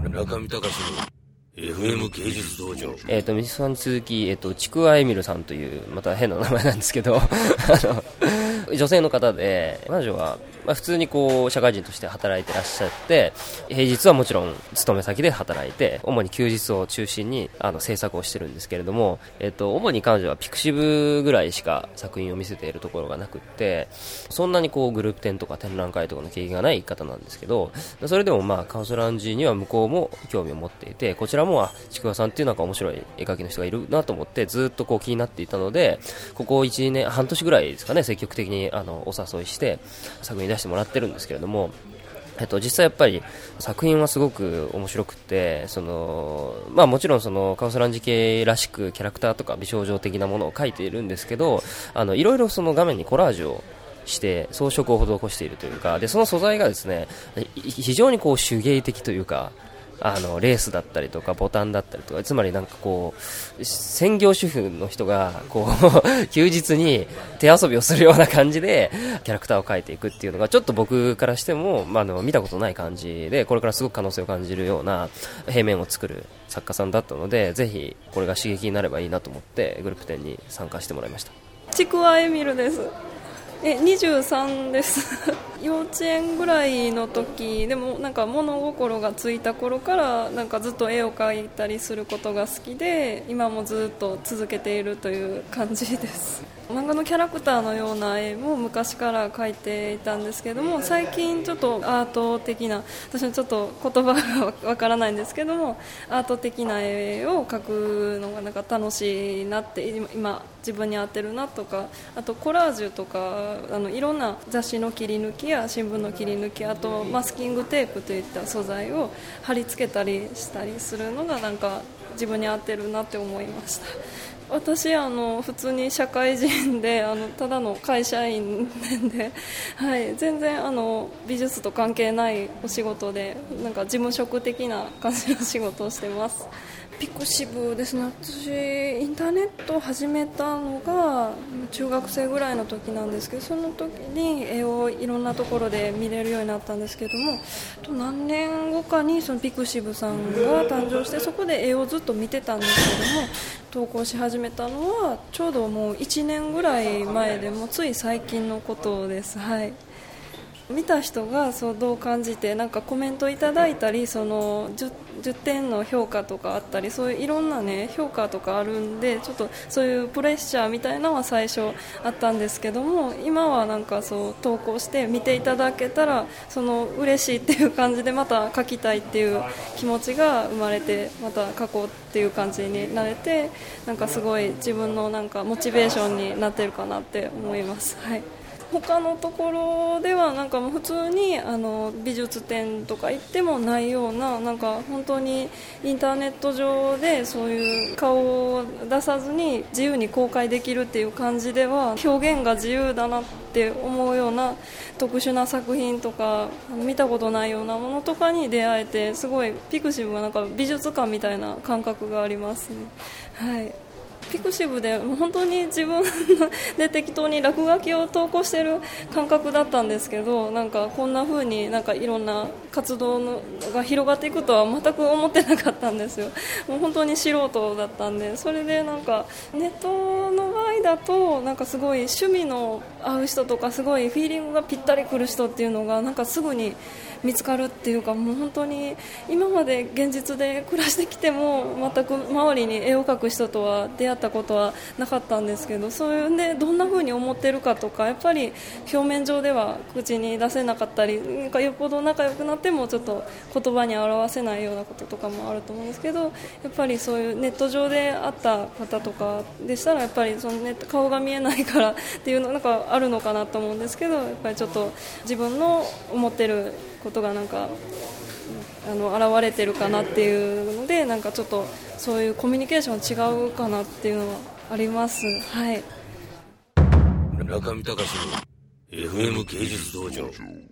中見隆の FM 芸術道場。 ミスさんに続き、ちくわえみるさんという、また変な名前なんですけど、女性の方で、彼女は、普通にこう、社会人として働いてらっしゃって、平日はもちろん、勤め先で働いて、主に休日を中心に、制作をしてるんですけれども、主に彼女はピクシブぐらいしか作品を見せているところがなくって、そんなにこう、グループ展とか展覧会とかの経験がない方なんですけど、それでもカオスランジには向こうも興味を持っていて、こちらもちくわさんっていうなんか面白い絵描きの人がいるなと思ってずっとこう気になっていたので、ここ1年半年ぐらいですかね、積極的にお誘いして作品出してもらってるんですけれども、実際やっぱり作品はすごく面白くて、もちろんそのカオスランジ系らしくキャラクターとか美少女的なものを描いているんですけど、いろいろその画面にコラージュをして装飾を施しているというかで、その素材がですね非常にこう手芸的というか、レースだったりとかボタンだったりとか、つまりなんかこう専業主婦の人がこう休日に手遊びをするような感じでキャラクターを描いていくっていうのがちょっと僕からしても、見たことない感じで、これからすごく可能性を感じるような平面を作る作家さんだったので、ぜひこれが刺激になればいいなと思ってグループ展に参加してもらいました。 ちくわえみるです。23です幼稚園ぐらいの時でもなんか物心がついた頃からなんかずっと絵を描いたりすることが好きで、今もずっと続けているという感じです。漫画のキャラクターのような絵も昔から描いていたんですけども、最近ちょっとアート的な、私もちょっと言葉がわからないんですけども、アート的な絵を描くのがなんか楽しいなって、今自分に合ってるなとか、あとコラージュとかいろんな雑誌の切り抜きや新聞の切り抜き、あとマスキングテープといった素材を貼り付けたりしたりするのがなんか自分に合ってるなって思いました。私普通に社会人でただの会社員で、はい、全然美術と関係ないお仕事で、なんか事務職的な感じの仕事をしてます。ピクシブですね。私インターネットを始めたのが中学生ぐらいの時なんですけど、その時に絵をいろんなところで見れるようになったんですけども、何年後かにそのピクシブさんが誕生して、そこで絵をずっと見てたんですけども、投稿し始めたのはちょうどもう1年ぐらい前で、もうつい最近のことです。はい、見た人がどう感じて、なんかコメントいただいたり、その 10点の評価とかあったり、そういういろんな、評価とかあるんで、ちょっとそういうプレッシャーみたいなのは最初あったんですけども、今はなんか投稿して見ていただけたら嬉しいっていう感じで、また書きたいっていう気持ちが生まれて、また書こうっていう感じになれて、なんかすごい自分のなんかモチベーションになってるかなって思います。はい、他のところではなんかもう普通に美術展とか行ってもないような、なんか本当にインターネット上でそういう顔を出さずに自由に公開できるっていう感じでは、表現が自由だなって思うような特殊な作品とか見たことないようなものとかに出会えて、すごいピクシブはなんか美術館みたいな感覚がありますね。はい、ピクシブで本当に自分で適当に落書きを投稿している感覚だったんですけど、なんかこんな風になんかいろんな活動が広がっていくとは全く思ってなかったんですよ。もう本当に素人だったんで、それでなんかネットの場合だとなんかすごい趣味の合う人とか、すごいフィーリングがぴったりくる人っていうのがなんかすぐに見つかるっていうか、もう本当に今まで現実で暮らしてきても全く周りに絵を描く人とは出会ったことはなかったんですけど、そういうね、どんな風に思ってるかとか、やっぱり表面上では口に出せなかったり、なんかよっぽど仲良くなってもちょっと言葉に表せないようなこととかもあると思うんですけど、やっぱりそういうネット上で会った方とかでしたら、やっぱり顔が見えないからっていうのなんかあるのかなと思うんですけど、やっぱりちょっと自分の思ってることがなんか現れてるかなっていうので、なんかちょっとそういうコミュニケーション違うかなっていうのはあります。はい、 中見隆の FM 芸術道場。